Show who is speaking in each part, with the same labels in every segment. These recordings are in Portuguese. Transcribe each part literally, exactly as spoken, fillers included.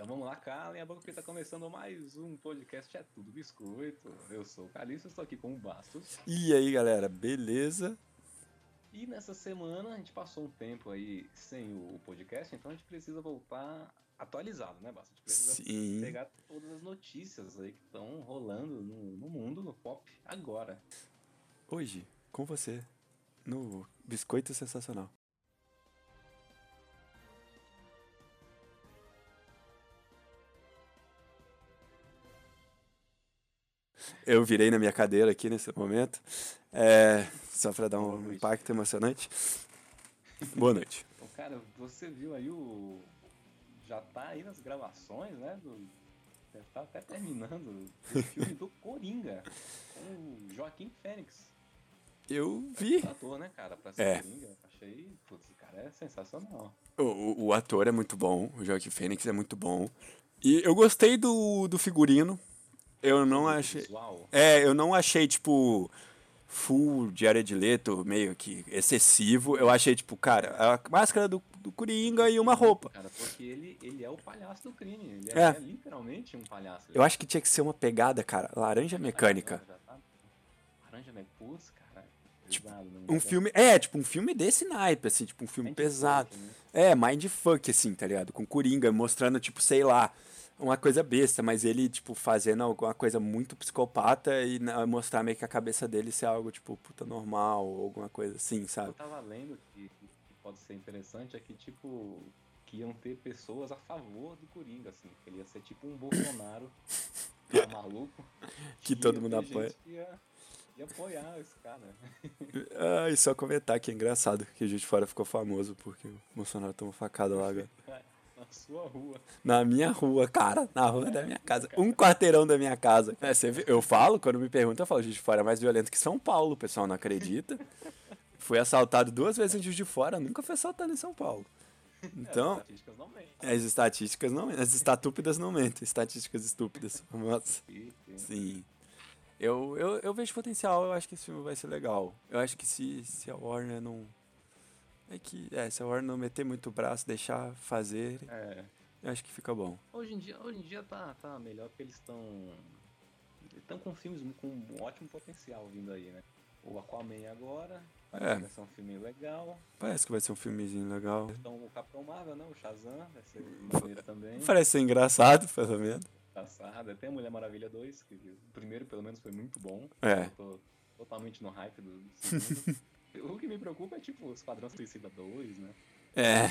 Speaker 1: Vamos lá, calem a boca que tá começando mais um podcast É Tudo Biscoito. Eu sou o Calixto, estou aqui com o Bastos.
Speaker 2: E aí, galera, beleza?
Speaker 1: E nessa semana a gente passou um tempo aí sem o podcast, então a gente precisa voltar atualizado, né, Bastos? A gente precisa
Speaker 2: Sim.
Speaker 1: pegar todas as notícias aí que estão rolando no, no mundo, no pop, agora.
Speaker 2: Hoje, com você, no Biscoito Sensacional. Eu virei na minha cadeira aqui nesse momento, é, só pra dar
Speaker 1: Boa
Speaker 2: um
Speaker 1: noite.
Speaker 2: impacto emocionante. Boa noite.
Speaker 1: Então, cara, você viu aí o... Já tá aí nas gravações, né, do... Já tá até terminando o filme do Coringa, com o Joaquim Fênix.
Speaker 2: Eu
Speaker 1: É
Speaker 2: vi.
Speaker 1: puta ator, né, cara? Pra ser
Speaker 2: É,
Speaker 1: Coringa, achei. Putz, o cara é sensacional.
Speaker 2: o, o- o ator é muito bom, o Joaquin Phoenix é muito bom. E eu gostei do, do figurino. Eu
Speaker 1: Gostou
Speaker 2: não
Speaker 1: do, do
Speaker 2: achei.
Speaker 1: visual?
Speaker 2: É, eu não achei, tipo, full Jared Leto, meio que excessivo. Eu achei, tipo, cara, a máscara do, do
Speaker 1: Eu
Speaker 2: Coringa e
Speaker 1: gostei
Speaker 2: uma
Speaker 1: muito,
Speaker 2: roupa.
Speaker 1: cara, porque ele, ele é o palhaço do crime. Ele é,
Speaker 2: É,
Speaker 1: é literalmente um palhaço.
Speaker 2: eu
Speaker 1: Ele
Speaker 2: acho que tinha que ser uma pegada, cara, laranja
Speaker 1: já tá
Speaker 2: mecânica.
Speaker 1: gravando, já tá. Laranja Putz, cara.
Speaker 2: Tipo,
Speaker 1: Pesado, não
Speaker 2: um
Speaker 1: dá pra.
Speaker 2: filme. É, tipo, um filme desse naipe, assim, tipo, um filme pesado.
Speaker 1: Mindfuck, né?
Speaker 2: É, mindfuck, assim, tá ligado? Com Coringa, mostrando, tipo, sei lá, uma coisa besta, mas ele, tipo, fazendo alguma coisa muito psicopata e na- mostrar meio que a cabeça dele ser algo, tipo, puta normal, ou alguma coisa assim,
Speaker 1: O que eu
Speaker 2: sabe?
Speaker 1: tava lendo que, que pode ser interessante é que, tipo, que iam ter pessoas a favor do Coringa, assim. Que ele ia ser tipo um Bolsonaro, cara maluco,
Speaker 2: Que
Speaker 1: que
Speaker 2: todo
Speaker 1: ia
Speaker 2: mundo
Speaker 1: ter
Speaker 2: apoia.
Speaker 1: gente que ia, ia apoiar esse cara.
Speaker 2: Ah, e só comentar que é engraçado que o Juiz de Fora ficou famoso porque o Bolsonaro tomou facada lá agora.
Speaker 1: Na sua rua.
Speaker 2: Na minha rua, cara, na rua da
Speaker 1: É,
Speaker 2: minha
Speaker 1: pô,
Speaker 2: casa. Um
Speaker 1: cara.
Speaker 2: quarteirão da minha casa. É, você vê- eu falo, quando me perguntam, eu falo, Juiz de Fora é mais violento que São Paulo. O pessoal não acredita. Fui assaltado duas vezes em Juiz de Fora, nunca fui assaltado em São Paulo.
Speaker 1: É, as
Speaker 2: Então,
Speaker 1: estatísticas não mentem.
Speaker 2: as estatísticas não mentem. As estatúpidas não mentem. Estatísticas estúpidas. Nossa,
Speaker 1: Sim, sim.
Speaker 2: sim. Eu, eu, eu vejo potencial, eu acho que esse filme vai ser legal. Eu acho que se, se a Warner não. É que, é, se a Warner não meter muito o braço, deixar fazer,
Speaker 1: É,
Speaker 2: eu acho que fica bom.
Speaker 1: hoje em dia, hoje em dia tá, tá melhor porque eles estão estão com filmes com um ótimo potencial vindo aí, né? O Aquaman agora, parece que
Speaker 2: É,
Speaker 1: vai ser um filme legal.
Speaker 2: parece que vai ser um filmezinho legal.
Speaker 1: Então o Capitão Marvel, né? O Shazam, vai ser maneiro também.
Speaker 2: Parece ser engraçado, pelo menos.
Speaker 1: Passada. Tem a Mulher Maravilha dois, que o primeiro pelo menos foi muito bom.
Speaker 2: É.
Speaker 1: Eu tô totalmente no hype do, do segundo. O que me preocupa é tipo o Esquadrão Suicida dois, né?
Speaker 2: É.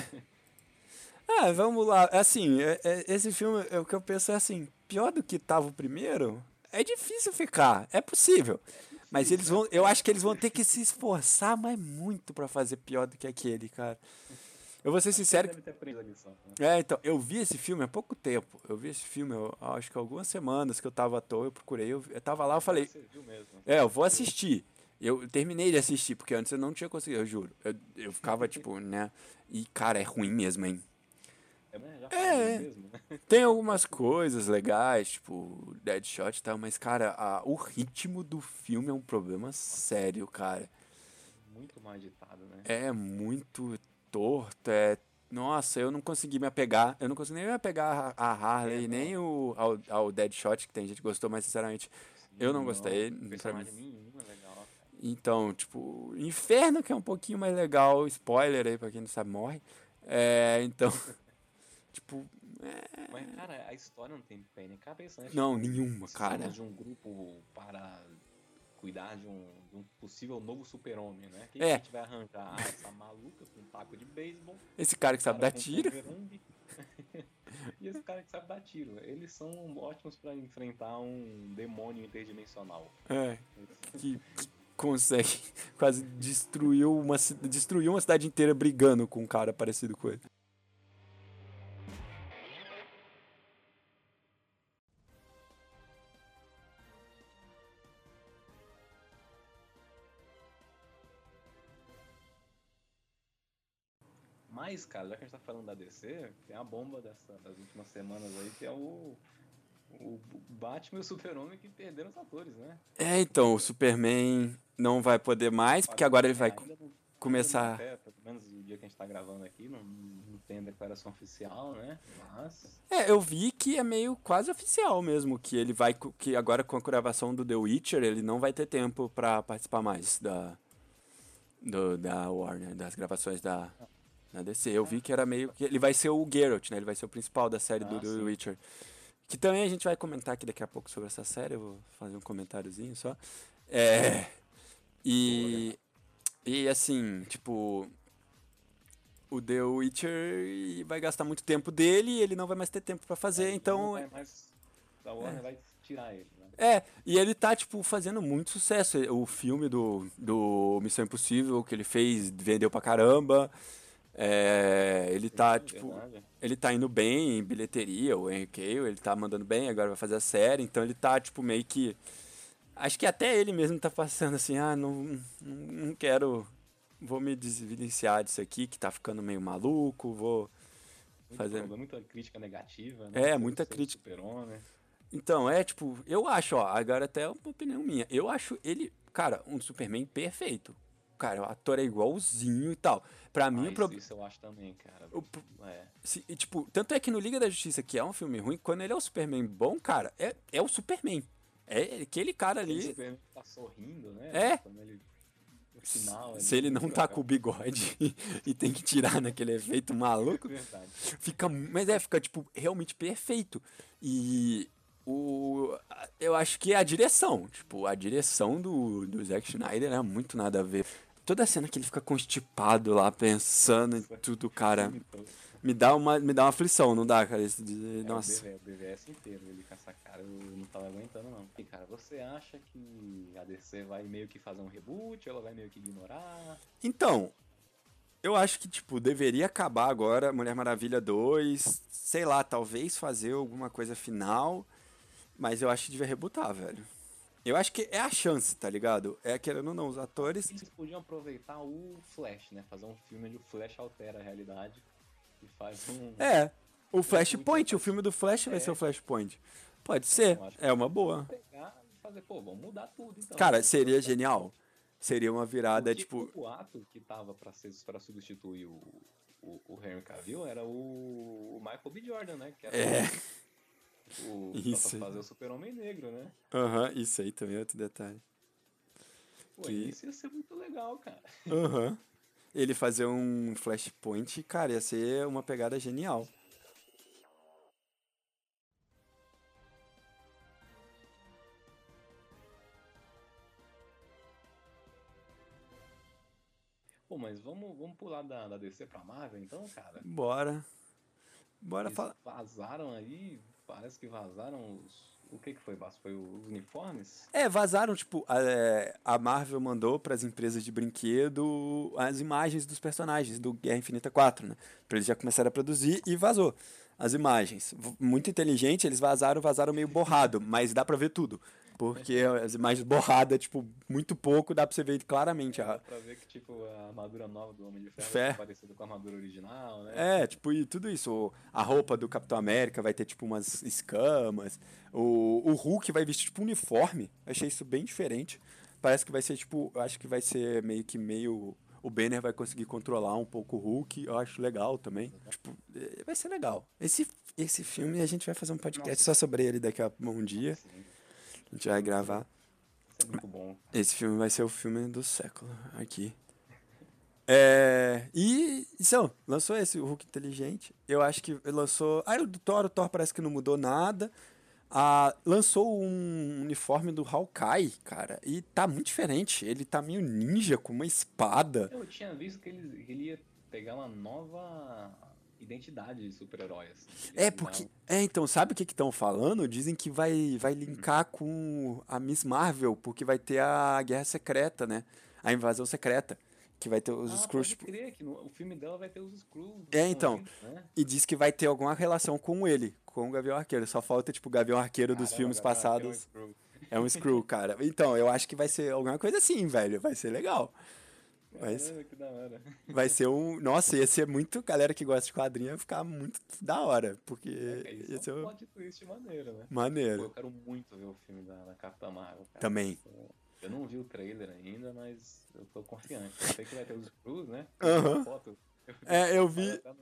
Speaker 2: Ah, vamos lá. Assim, é- é- esse filme, é, o que eu penso é assim, pior do que tava o primeiro, é difícil ficar. É possível.
Speaker 1: É
Speaker 2: Mas eles
Speaker 1: difícil,
Speaker 2: vão,
Speaker 1: é,
Speaker 2: eu
Speaker 1: é
Speaker 2: acho que eles
Speaker 1: muito
Speaker 2: vão ter que se
Speaker 1: difícil.
Speaker 2: esforçar, mas muito pra fazer pior do que aquele, cara. Eu vou ser
Speaker 1: Acho que eles
Speaker 2: sincero.
Speaker 1: devem ter aprendido a lição, né?
Speaker 2: É, então, eu vi esse filme há pouco tempo. Eu vi esse filme, eu, acho que algumas semanas que eu tava à toa, eu procurei, eu, eu tava lá, eu
Speaker 1: Agora
Speaker 2: falei,
Speaker 1: você viu mesmo, você
Speaker 2: é, eu vou
Speaker 1: assistiu.
Speaker 2: assistir. Eu terminei de assistir, porque antes eu não tinha conseguido, eu juro. Eu, eu ficava, tipo, né? E, cara, é ruim mesmo, hein?
Speaker 1: É, né? Já falei
Speaker 2: É,
Speaker 1: mesmo, né?
Speaker 2: tem algumas coisas legais, tipo Deadshot e tal, mas, cara, a- o ritmo do filme é um problema
Speaker 1: Nossa,
Speaker 2: sério, cara.
Speaker 1: muito mal editado, né?
Speaker 2: É muito torto, é. Nossa, eu não consegui me apegar. Eu não consegui nem me apegar a a
Speaker 1: É,
Speaker 2: Harley, nem
Speaker 1: não.
Speaker 2: o, ao, ao Deadshot, que tem gente que gostou, mas sinceramente eu
Speaker 1: Sim,
Speaker 2: não
Speaker 1: não.
Speaker 2: gostei. Pra mim.
Speaker 1: Personagem nenhum é legal, cara.
Speaker 2: Então, tipo, Inferno, que é um pouquinho mais legal, spoiler aí pra quem não sabe, morre. É, então, tipo,
Speaker 1: Mas, cara, a história não tem pé nem cabeça, né?
Speaker 2: não,
Speaker 1: Tipo,
Speaker 2: nenhuma,
Speaker 1: precisamos
Speaker 2: cara.
Speaker 1: de um grupo para cuidar de um, de um possível novo super-homem, né? Quem que a
Speaker 2: É,
Speaker 1: gente vai arranjar? Ah, essa maluca com um taco de beisebol,
Speaker 2: esse cara que
Speaker 1: esse
Speaker 2: sabe
Speaker 1: cara
Speaker 2: dar
Speaker 1: com um
Speaker 2: tiro.
Speaker 1: bumerangue e esse cara que sabe dar tiro. Eles são ótimos para enfrentar um demônio interdimensional.
Speaker 2: É, que, que consegue quase destruir uma, ci- destruir uma cidade inteira brigando com um cara parecido com ele.
Speaker 1: Mas, cara, já que a gente tá falando da D C, tem a bomba dessa, das últimas semanas aí, que é o, o Batman e o Super-Homem que perderam os atores, né?
Speaker 2: É, então, o Superman não vai poder mais, porque
Speaker 1: Esquadrão,
Speaker 2: agora ele
Speaker 1: é,
Speaker 2: vai
Speaker 1: ainda não, ainda não,
Speaker 2: começar.
Speaker 1: até pelo menos o dia que a gente tá gravando aqui, não, não tem declaração oficial, né? Mas.
Speaker 2: É, eu vi que é meio quase oficial mesmo, que ele vai, co- que agora com a gravação do The Witcher, ele não vai ter tempo pra participar mais da, do, da Warner, das gravações da, da D C. Eu vi que era meio que ele vai ser o Geralt, né? Ele vai ser o principal da série do
Speaker 1: Ah,
Speaker 2: The
Speaker 1: sim.
Speaker 2: Witcher. Que também a gente vai comentar aqui daqui a pouco sobre essa série, eu vou fazer um comentáriozinho só. É,
Speaker 1: Boa, legal.
Speaker 2: e, e assim, tipo, o The Witcher vai gastar muito tempo dele e ele não vai mais ter tempo pra fazer,
Speaker 1: Aí não
Speaker 2: então
Speaker 1: vai mais. A Warner vai tirar ele, né?
Speaker 2: é, e ele tá, tipo, fazendo muito sucesso. O filme do, do Missão Impossível que ele fez vendeu pra caramba. É, ele tá,
Speaker 1: Sim,
Speaker 2: tipo,
Speaker 1: verdade.
Speaker 2: ele tá indo bem em bilheteria, o Henry Cavill, ele tá mandando bem, agora vai fazer a série, então ele tá, tipo, meio que... Acho que até ele mesmo tá passando assim, ah, não, não não quero... Vou me desvencilhar disso aqui, que tá ficando meio maluco, vou
Speaker 1: Muito
Speaker 2: fazer...
Speaker 1: problema, muita crítica negativa, né?
Speaker 2: É,
Speaker 1: Sobre,
Speaker 2: muita
Speaker 1: sobre o
Speaker 2: crítica.
Speaker 1: Super-Homem.
Speaker 2: Então, é tipo, eu acho, ó, agora até é uma opinião minha. Eu acho ele, cara, um Superman perfeito. Cara, o ator é igualzinho e tal. Pra mim,
Speaker 1: Ah,
Speaker 2: o
Speaker 1: isso,
Speaker 2: problema.
Speaker 1: isso eu acho também, cara. É.
Speaker 2: Tipo, tanto é que no Liga da Justiça, que é um filme ruim, quando ele é o Superman bom, cara, é, é o Superman. É aquele cara
Speaker 1: Aquele
Speaker 2: ali.
Speaker 1: Superman que tá sorrindo, né?
Speaker 2: É.
Speaker 1: Quando ele. No final
Speaker 2: Se
Speaker 1: ali,
Speaker 2: ele
Speaker 1: muito
Speaker 2: não tá com
Speaker 1: legal.
Speaker 2: o bigode e tem que tirar naquele efeito maluco,
Speaker 1: Verdade.
Speaker 2: fica. Mas é, fica, tipo, realmente perfeito. E. O, eu acho que é a direção. Tipo, a direção do, do Zack Snyder é muito nada a ver. Toda a cena que ele fica constipado lá, pensando em
Speaker 1: Nossa,
Speaker 2: tudo,
Speaker 1: o
Speaker 2: cara,
Speaker 1: filme todo.
Speaker 2: me dá uma, me dá uma aflição, não dá, cara? Isso de-
Speaker 1: É o
Speaker 2: nossa.
Speaker 1: B V, o B V S inteiro, ele com essa cara, eu não tava aguentando não. E cara, você acha que a D C vai meio que fazer um reboot, ou ela vai meio que ignorar?
Speaker 2: Então, eu acho que, tipo, deveria acabar agora Mulher Maravilha dois, sei lá, talvez fazer alguma coisa final, mas eu acho que devia rebutar, velho. Eu acho que é a chance, tá ligado? É querendo ou não, os atores.
Speaker 1: Eles podiam aproveitar o Flash, né? Fazer um filme onde o Flash altera a realidade e faz um,
Speaker 2: É, o
Speaker 1: um reboot, né?
Speaker 2: Flashpoint, o
Speaker 1: Faz,
Speaker 2: filme do Flash vai ser o
Speaker 1: é,
Speaker 2: Flashpoint. Pode ser,
Speaker 1: eu acho que
Speaker 2: é uma
Speaker 1: podiam
Speaker 2: boa.
Speaker 1: pegar e fazer, pô, vamos mudar tudo então,
Speaker 2: Cara,
Speaker 1: vamos fazer um
Speaker 2: seria
Speaker 1: Flashpoint.
Speaker 2: genial. Seria uma virada,
Speaker 1: Porque o
Speaker 2: tipo.
Speaker 1: boato que tava pra, ser, pra substituir o, o, o Henry Cavill era o, o Michael B. Jordan, né? Que era
Speaker 2: É,
Speaker 1: o, o pra
Speaker 2: isso aí.
Speaker 1: fazer o Super-Homem Negro, né?
Speaker 2: Aham, isso aí também é outro detalhe.
Speaker 1: Pô,
Speaker 2: Que.
Speaker 1: isso ia ser muito legal, cara.
Speaker 2: Aham. Ele fazer um Flashpoint, cara, ia ser uma pegada genial.
Speaker 1: Pô, mas vamos, vamos pular da, da D C pra Marvel então, cara?
Speaker 2: Bora. Bora
Speaker 1: Eles
Speaker 2: falar.
Speaker 1: vazaram aí, parece que vazaram os. O que que foi, Basso? Foi os uniformes?
Speaker 2: É, vazaram, tipo, a, é, a Marvel mandou pras empresas de brinquedo as imagens dos personagens do Guerra Infinita quatro, né? Pra eles já começarem a produzir e vazou as imagens. V- Muito inteligente, eles vazaram, vazaram meio borrado, mas dá pra ver tudo. Porque as imagens borradas, tipo, muito pouco, dá pra você ver claramente
Speaker 1: É, dá
Speaker 2: a
Speaker 1: pra ver que, tipo, a armadura nova do Homem de Ferro vai ser
Speaker 2: fé.
Speaker 1: parecida com a armadura original, né?
Speaker 2: É, tipo, e tudo isso. O- A roupa do Capitão América vai ter, tipo, umas escamas. O, o Hulk vai vestir, tipo, um uniforme. Achei isso bem diferente. Parece que vai ser, tipo, eu acho que vai ser meio que meio. O Banner vai conseguir controlar um pouco o Hulk. Eu acho legal também. Tipo, é, vai ser legal. Esse, esse filme a gente vai fazer um podcast
Speaker 1: Nossa,
Speaker 2: só sobre ele daqui a um dia.
Speaker 1: sim.
Speaker 2: A gente vai
Speaker 1: Vai ser,
Speaker 2: gravar.
Speaker 1: vai ser muito bom.
Speaker 2: Esse filme vai ser o filme do século aqui. É, e então, lançou esse, o Hulk inteligente. Eu acho que lançou. Ah, o do Thor, o Thor parece que não mudou nada. Ah, lançou um uniforme do Hawkeye, cara. E tá muito diferente. Ele tá meio ninja com uma espada.
Speaker 1: Eu tinha visto que ele, que ele ia pegar uma nova identidade de super-herói, assim. Ele
Speaker 2: É,
Speaker 1: ia virar
Speaker 2: porque.
Speaker 1: um.
Speaker 2: É, então, sabe o que que estão falando? Dizem que vai, vai
Speaker 1: Hum.
Speaker 2: linkar com a Miss Marvel, porque vai ter a Guerra Secreta, né? A Invasão Secreta. Que vai ter os
Speaker 1: Ah,
Speaker 2: Skrulls.
Speaker 1: pode
Speaker 2: Tipo,
Speaker 1: crer que no, o filme dela vai ter os Skrulls
Speaker 2: é, então.
Speaker 1: escondidos, né?
Speaker 2: E diz que vai ter alguma relação com ele, com o Gavião Arqueiro. Só falta, tipo, o Gavião Arqueiro dos
Speaker 1: Caramba,
Speaker 2: filmes
Speaker 1: Gabriel Arqueiro é um
Speaker 2: passados
Speaker 1: Skrull.
Speaker 2: é um Skrull, cara. Então, eu acho que vai ser alguma coisa assim, velho. Vai ser legal. Vai, ser-
Speaker 1: Caramba, que da hora.
Speaker 2: vai ser um. Nossa, ia ser muito. Galera que gosta de quadrinho ia ficar muito da hora. Porque
Speaker 1: É, cara, isso é
Speaker 2: ia
Speaker 1: um
Speaker 2: ser um-
Speaker 1: plot twist maneiro, né? Pô,
Speaker 2: maneiro.
Speaker 1: eu quero muito ver o filme da, da Capitã Marvel, cara.
Speaker 2: Também.
Speaker 1: Eu eu não vi o trailer ainda, mas eu tô confiante. Eu sei que vai ter os Skrulls, né? Eu vi a
Speaker 2: Aham.
Speaker 1: foto. Eu vi a
Speaker 2: É, eu
Speaker 1: foto, tava
Speaker 2: vi.
Speaker 1: até no-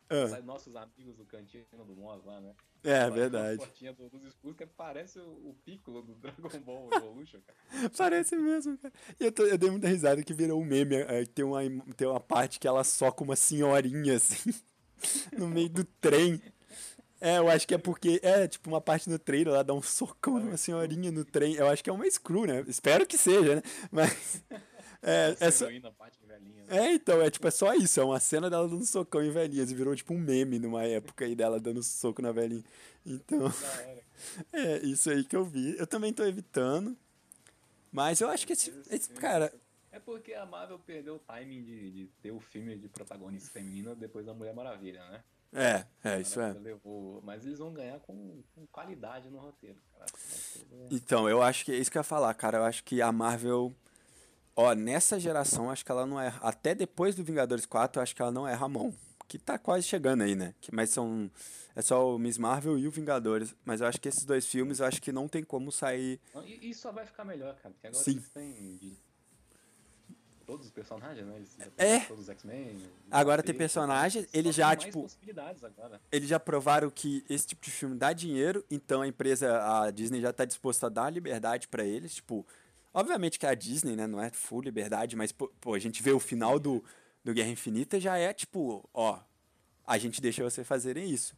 Speaker 2: Ah,
Speaker 1: Sai nossos amigos do cantinho do Moss lá, né?
Speaker 2: é,
Speaker 1: Faz umas
Speaker 2: verdade.
Speaker 1: fotinhas do- dos escudos que parece o, o Piccolo do Dragon Ball Evolution, cara.
Speaker 2: Parece mesmo, cara. E eu, tô- eu dei muita risada que virou um meme. é, tem, uma, im- tem uma parte que ela soca uma senhorinha, assim, no meio do trem. É, eu acho que é porque. É, tipo, uma parte no trailer, ela dá um socão
Speaker 1: É o
Speaker 2: numa
Speaker 1: Screw.
Speaker 2: senhorinha no trem. Eu acho que é uma Screw, né? Espero que seja, né? Mas. É,
Speaker 1: Nossa,
Speaker 2: é
Speaker 1: a
Speaker 2: só.
Speaker 1: heroína parte velhinha, né?
Speaker 2: É, então, é tipo, é só isso. É uma cena dela dando socão em velhinhas. E virou tipo um meme numa época aí dela dando soco na velhinha. Então,
Speaker 1: Que da hora.
Speaker 2: é isso aí que eu vi. Eu também tô evitando. Mas eu acho que esse,
Speaker 1: Mas esse
Speaker 2: esse
Speaker 1: filme.
Speaker 2: cara.
Speaker 1: É porque a Marvel perdeu o timing de, de ter o filme de protagonista feminina depois da Mulher Maravilha, né?
Speaker 2: É, é,
Speaker 1: A
Speaker 2: isso é.
Speaker 1: Maravilha levou. Mas eles vão ganhar com, com qualidade no roteiro, cara. Vai ser-
Speaker 2: Então, eu acho que é isso que eu ia falar, cara. Eu acho que a Marvel. Ó, nessa geração, acho que ela não erra. Até depois do Vingadores quatro, eu acho que ela não erra a mão. Que tá quase chegando aí, né? Que, mas são. É só o Miss Marvel e o Vingadores. Mas eu acho que esses dois filmes, eu acho que não tem como sair.
Speaker 1: Não, E, e só vai ficar melhor, cara. Porque agora
Speaker 2: Sim.
Speaker 1: eles têm de todos os personagens, né? Eles já têm
Speaker 2: É,
Speaker 1: todos os X-Men, o
Speaker 2: agora tem
Speaker 1: Quarteto, então
Speaker 2: personagem, eles
Speaker 1: só tem
Speaker 2: já,
Speaker 1: mais
Speaker 2: tipo.
Speaker 1: possibilidades agora.
Speaker 2: Eles já provaram que esse tipo de filme dá dinheiro, então a empresa, a Disney já tá disposta a dar liberdade pra eles, tipo, obviamente que a Disney, né, não é full liberdade, mas pô, pô, a gente vê o final
Speaker 1: Sim,
Speaker 2: do, do Guerra Infinita já é tipo, ó, a gente deixa vocês fazerem isso.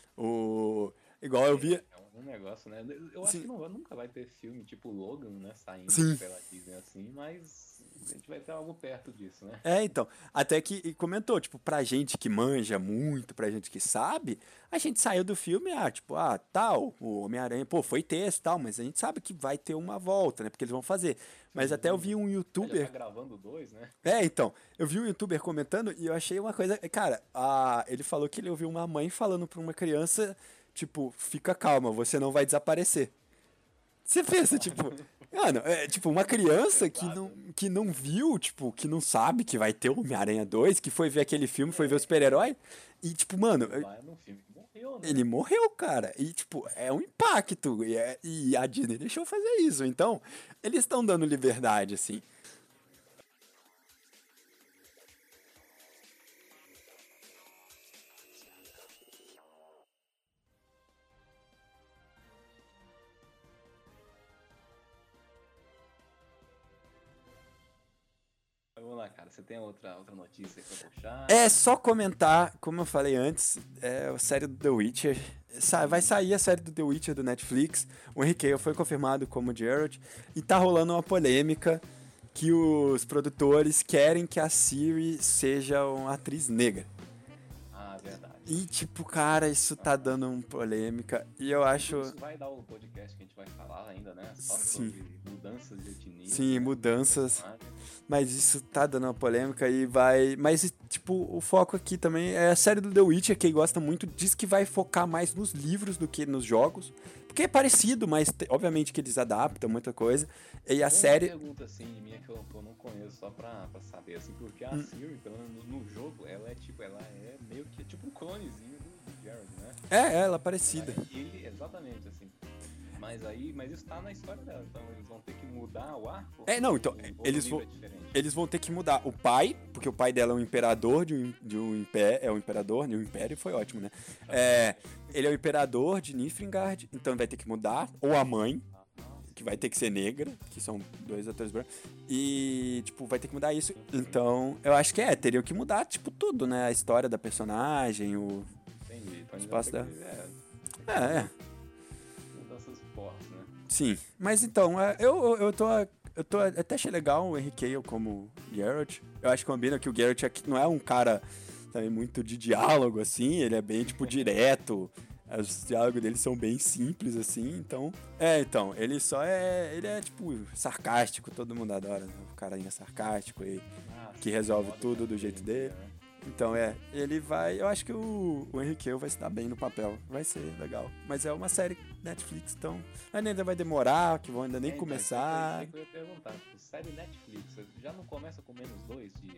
Speaker 2: O igual eu
Speaker 1: é,
Speaker 2: vi,
Speaker 1: é um negócio, né? Eu acho que
Speaker 2: sim,
Speaker 1: não, nunca vai ter filme tipo Logan, né? Saindo
Speaker 2: sim.
Speaker 1: pela Disney assim, mas a gente vai ter algo perto disso, né?
Speaker 2: É, então, até que e comentou, tipo, pra gente que manja muito, pra gente que sabe, a gente saiu do filme, ah, tipo, ah, tal, o Homem-Aranha, pô, foi texto, tal, mas a gente sabe que vai ter uma volta, né, porque eles vão fazer. Mas até eu
Speaker 1: Sim.
Speaker 2: vi um
Speaker 1: Ah, já tá
Speaker 2: youtuber,
Speaker 1: gravando dois, né?
Speaker 2: é, então, eu vi um youtuber comentando e eu achei uma coisa, cara, a, ele falou que ele ouviu uma mãe falando pra uma criança, tipo, fica calma, você não vai desaparecer. Você pensa, tipo, mano, é tipo uma criança que não,
Speaker 1: Pesado, né?
Speaker 2: que não viu, tipo, que não sabe que vai ter o Homem-Aranha dois, que foi ver aquele filme, foi ver o
Speaker 1: É,
Speaker 2: super-herói, e tipo, mano,
Speaker 1: e vai num filme que morreu, né?
Speaker 2: ele morreu, cara. E tipo, é um impacto. E, é- e a Disney deixou fazer isso. Então, eles estão dando liberdade, assim.
Speaker 1: Vamos lá, cara. Você tem outra, outra notícia aí pra
Speaker 2: É
Speaker 1: puxar?
Speaker 2: só comentar, como eu falei antes, é a série do The Witcher. Sa- Vai
Speaker 1: Sim.
Speaker 2: sair a série do The Witcher do Netflix. O Henry Cavill foi confirmado como Geralt. E tá rolando uma polêmica que os produtores querem que a Ciri seja uma atriz negra.
Speaker 1: Ah, verdade.
Speaker 2: E tipo, cara, isso tá
Speaker 1: Aham.
Speaker 2: dando uma polêmica. E eu
Speaker 1: Isso,
Speaker 2: acho.
Speaker 1: isso vai dar o podcast que a gente vai falar ainda, né? Só
Speaker 2: Sim,
Speaker 1: sobre mudanças de etnias,
Speaker 2: sim,
Speaker 1: né? Dos
Speaker 2: mudanças.
Speaker 1: personagens.
Speaker 2: Mas isso tá dando uma polêmica e vai. Mas, tipo, o foco aqui também é a série do The Witcher, quem gosta muito, diz que vai focar mais nos livros do que nos jogos. Porque é parecido, mas te- obviamente que eles adaptam muita coisa. E a
Speaker 1: Uma
Speaker 2: série.
Speaker 1: pergunta assim minha que eu, que eu não conheço, só pra, pra saber, assim, porque a
Speaker 2: Hum.
Speaker 1: Siri, pelo menos no jogo, ela é tipo, ela é meio que tipo um clonezinho do, do Jared, né?
Speaker 2: É, é, ela é
Speaker 1: Ela
Speaker 2: parecida.
Speaker 1: é ele, exatamente, assim. Mas aí, mas isso tá na história dela, então eles vão ter que mudar o arco?
Speaker 2: É, não, então,
Speaker 1: Ou, ou
Speaker 2: eles
Speaker 1: no
Speaker 2: vão.
Speaker 1: livro é diferente?
Speaker 2: Eles vão ter que mudar o pai, porque o pai dela é um imperador de um, de um império. É um imperador, de um império foi ótimo, né? É, ele é o imperador de Niflheim, então vai ter que mudar. Ou a mãe,
Speaker 1: Ah, sim.
Speaker 2: que vai ter que ser negra, que são dois atores brancos. E, tipo, vai ter que mudar isso. Então, eu acho que é, teriam que mudar, tipo, tudo, né? A história da personagem, o
Speaker 1: Entendi. Então eles vão
Speaker 2: espaço
Speaker 1: ter
Speaker 2: dela.
Speaker 1: que, é,
Speaker 2: É, é,
Speaker 1: mudanças fortes, né?
Speaker 2: sim. Mas então, é, eu, eu eu tô. Eu tô, até achei legal o Henry Cavill como Geralt. Eu acho que combina que o Geralt aqui não é um cara também muito de diálogo, assim. Ele é bem, tipo, direto. Os diálogos dele são bem simples, assim. Então, é, então, ele só é. Ele é, tipo, sarcástico. Todo mundo adora, né? O carinha sarcástico e
Speaker 1: Ah,
Speaker 2: que
Speaker 1: sim,
Speaker 2: resolve
Speaker 1: modo
Speaker 2: tudo do jeito dele.
Speaker 1: né?
Speaker 2: Então, é, ele vai. Eu acho que o, o Henry Cavill vai se dar bem no papel. Vai ser legal. Mas é uma série Netflix, então ainda vai demorar, que vão ainda nem
Speaker 1: É, então,
Speaker 2: começar.
Speaker 1: isso aí que eu ia perguntar. Série Netflix, já não começa com menos dois de,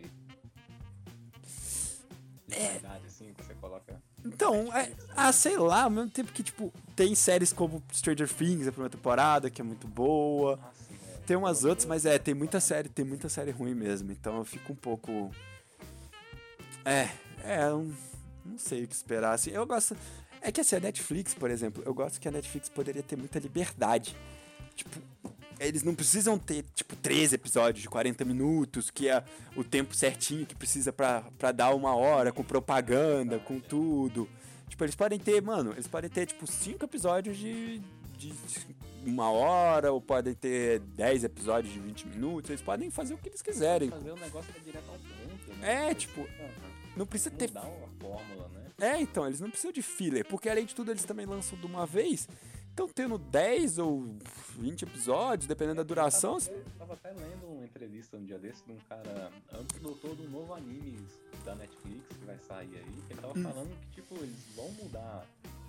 Speaker 1: de qualidade, assim, que você coloca
Speaker 2: Então, é,
Speaker 1: Netflix, né?
Speaker 2: ah, sei lá, ao mesmo tempo que, tipo, tem séries como Stranger Things, a primeira temporada, que é muito boa.
Speaker 1: Ah, sim, é.
Speaker 2: Tem umas
Speaker 1: Pelo
Speaker 2: outras,
Speaker 1: menos,
Speaker 2: mas é, tem muita série, tem muita série ruim mesmo. Então eu fico um pouco. É, é, um- não sei o que esperar, assim, eu gosto, é que assim, a Netflix, por exemplo, eu gosto que a Netflix poderia ter muita liberdade, tipo, eles não precisam ter, tipo, treze episódios de quarenta minutos, que é o tempo certinho que precisa pra, pra dar uma hora, com propaganda, com tudo, tipo, eles podem ter, mano, eles podem ter, tipo, cinco episódios de, de uma hora, ou podem ter dez episódios de vinte minutos, eles podem fazer o que eles quiserem.
Speaker 1: Fazer um negócio direto ao ponto, né?
Speaker 2: É, tipo, não precisa ter...
Speaker 1: Mudar uma fórmula, né?
Speaker 2: É, então, eles não precisam de filler, porque além de tudo eles também lançam de uma vez, estão tendo dez ou vinte episódios, dependendo da duração.
Speaker 1: Eu tava, até, tava até lendo uma entrevista um dia desse de um cara, produtor de um novo anime da Netflix, que vai sair aí, que ele tava hum. falando que, tipo, eles vão mudar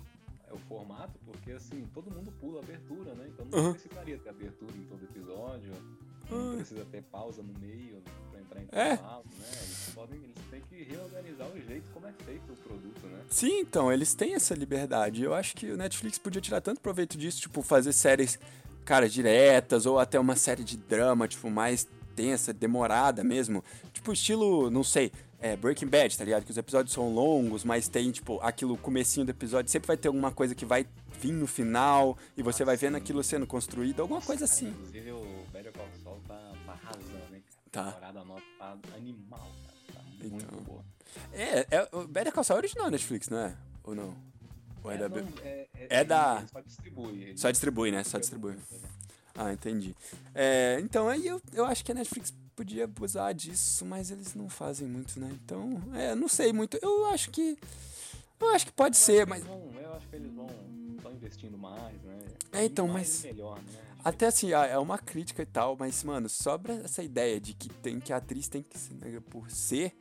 Speaker 1: o formato, porque, assim, todo mundo pula a abertura, né? Então não uhum. precisaria ter abertura em todo episódio, não uhum. precisa ter pausa no meio pra entrar em intervalo, é. né? Eles, podem, eles têm que reorganizar o jeito como é feito o produto, né?
Speaker 2: Sim, então, eles têm essa liberdade. Eu acho que o Netflix podia tirar tanto proveito disso, tipo, fazer séries, cara, diretas, ou até uma série de drama, tipo, mais tensa, demorada mesmo. Tipo, estilo, não sei... É, Breaking Bad, tá ligado? Que os episódios são longos, mas tem, tipo, aquilo, comecinho do episódio, sempre vai ter alguma coisa que vai vir no final, e você ah, vai sim. vendo aquilo sendo construído, alguma coisa assim.
Speaker 1: Inclusive, o Better Call Saul tá, tá arrasando, hein?
Speaker 2: Tá.
Speaker 1: A temporada nova tá animal, cara. Tá muito então. boa.
Speaker 2: É, é, o Better Call Saul é original da Netflix, não é? Ou não? Ou é, é da...
Speaker 1: Não, é, é,
Speaker 2: é da...
Speaker 1: Só distribui. Ele
Speaker 2: só distribui, né? Só distribui. Ah, entendi. É, então, aí eu, eu acho que a Netflix podia abusar disso, mas eles não fazem muito, né? Então, é, não sei muito. Eu acho que... Eu acho que pode eu ser, mas...
Speaker 1: Vão, eu acho que eles vão... Estão investindo mais, né?
Speaker 2: É, então,
Speaker 1: mais
Speaker 2: mas...
Speaker 1: melhor, né?
Speaker 2: Até assim, é uma crítica e tal, mas, mano, sobra essa ideia de que, tem, que a atriz tem que ser negra por ser,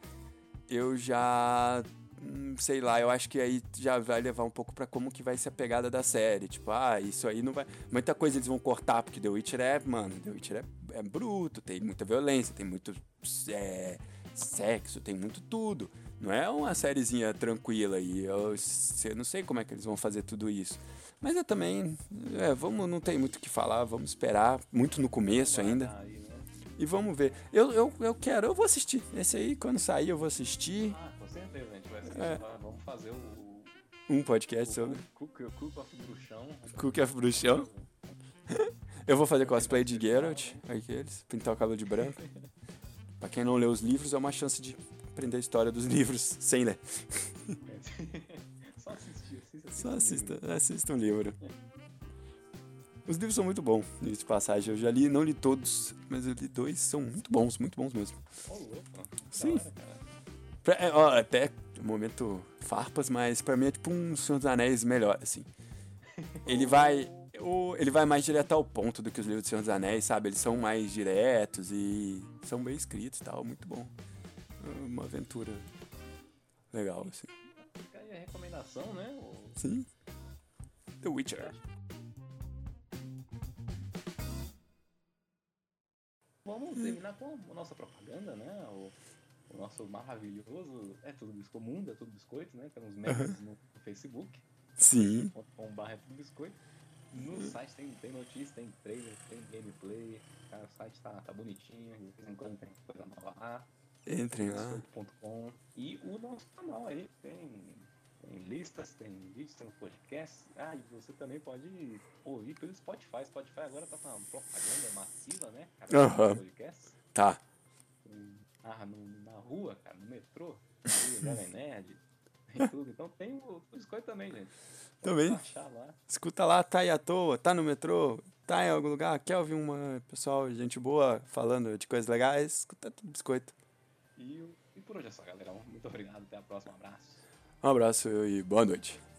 Speaker 2: eu já... Sei lá, eu acho que aí já vai levar um pouco pra como que vai ser a pegada da série. Tipo, ah, isso aí não vai... Muita coisa eles vão cortar, porque The Witcher é, mano, The Witcher é, é bruto, tem muita violência, tem muito é, sexo, tem muito tudo. Não é uma sériezinha tranquila aí. Eu, eu não sei como é que eles vão fazer tudo isso. Mas eu também, é, vamos, não tem muito o que falar, vamos esperar, muito no começo ainda. E vamos ver. Eu, eu, eu quero, eu vou assistir. Esse aí, quando sair, eu vou assistir.
Speaker 1: Ah, com certeza, a gente vai assistir. É. Vamos fazer o...
Speaker 2: Um podcast
Speaker 1: o,
Speaker 2: sobre...
Speaker 1: Cook, o Cook of Bruxão.
Speaker 2: Cook of Bruxão. Eu vou fazer cosplay de Geralt, aqueles, pintar o cabelo de branco. Pra quem não lê os livros, é uma chance de aprender a história dos livros sem ler.
Speaker 1: Só assistir, assista.
Speaker 2: Só assista, assista um livro. Os livros são muito bons, de passagem. Eu já li, não li todos, mas eu li dois, são muito bons, muito bons mesmo.
Speaker 1: Ô, louco.
Speaker 2: Sim. Pra, é, ó, até momento farpas, mas pra mim é tipo um Senhor dos Anéis melhor, assim. Ele vai, o, ele vai mais direto ao ponto do que os livros do Senhor dos Anéis, sabe? Eles são mais diretos e são bem escritos e tal, muito bom. Uma aventura legal, assim.
Speaker 1: Fica aí a recomendação, né? O...
Speaker 2: Sim. The Witcher.
Speaker 1: Vamos terminar com a nossa propaganda, né? O, o nosso maravilhoso É Tudo Biscoito, Mundo É Tudo Biscoito, né? Temos memes no Facebook.
Speaker 2: Sim.
Speaker 1: .com.br É Tudo Biscoito. No site tem, tem notícias, tem trailer, tem gameplay. Cara, o site tá, tá bonitinho. De vez em quando tem coisa nova lá.
Speaker 2: Entrem lá.
Speaker 1: biscoito ponto com. E o nosso canal aí tem, tem listas, tem vídeos, tem podcast. Ah, e você também pode ouvir pelo Spotify. Spotify agora tá com uma propaganda massiva, né? Cara,
Speaker 2: uhum.
Speaker 1: podcast.
Speaker 2: Tá.
Speaker 1: Ah, no, na rua, cara, no metrô. Na Jovem Nerd. Tem tudo. Então tem o, o biscoito também, gente.
Speaker 2: Também.
Speaker 1: Lá.
Speaker 2: Escuta lá, tá aí à toa, tá no metrô, tá em algum lugar, quer ouvir uma pessoal, gente boa, falando de coisas legais, escuta tudo biscoito.
Speaker 1: E, e por hoje é só, galera. Muito obrigado, até a próxima. Um abraço.
Speaker 2: Um abraço e boa noite.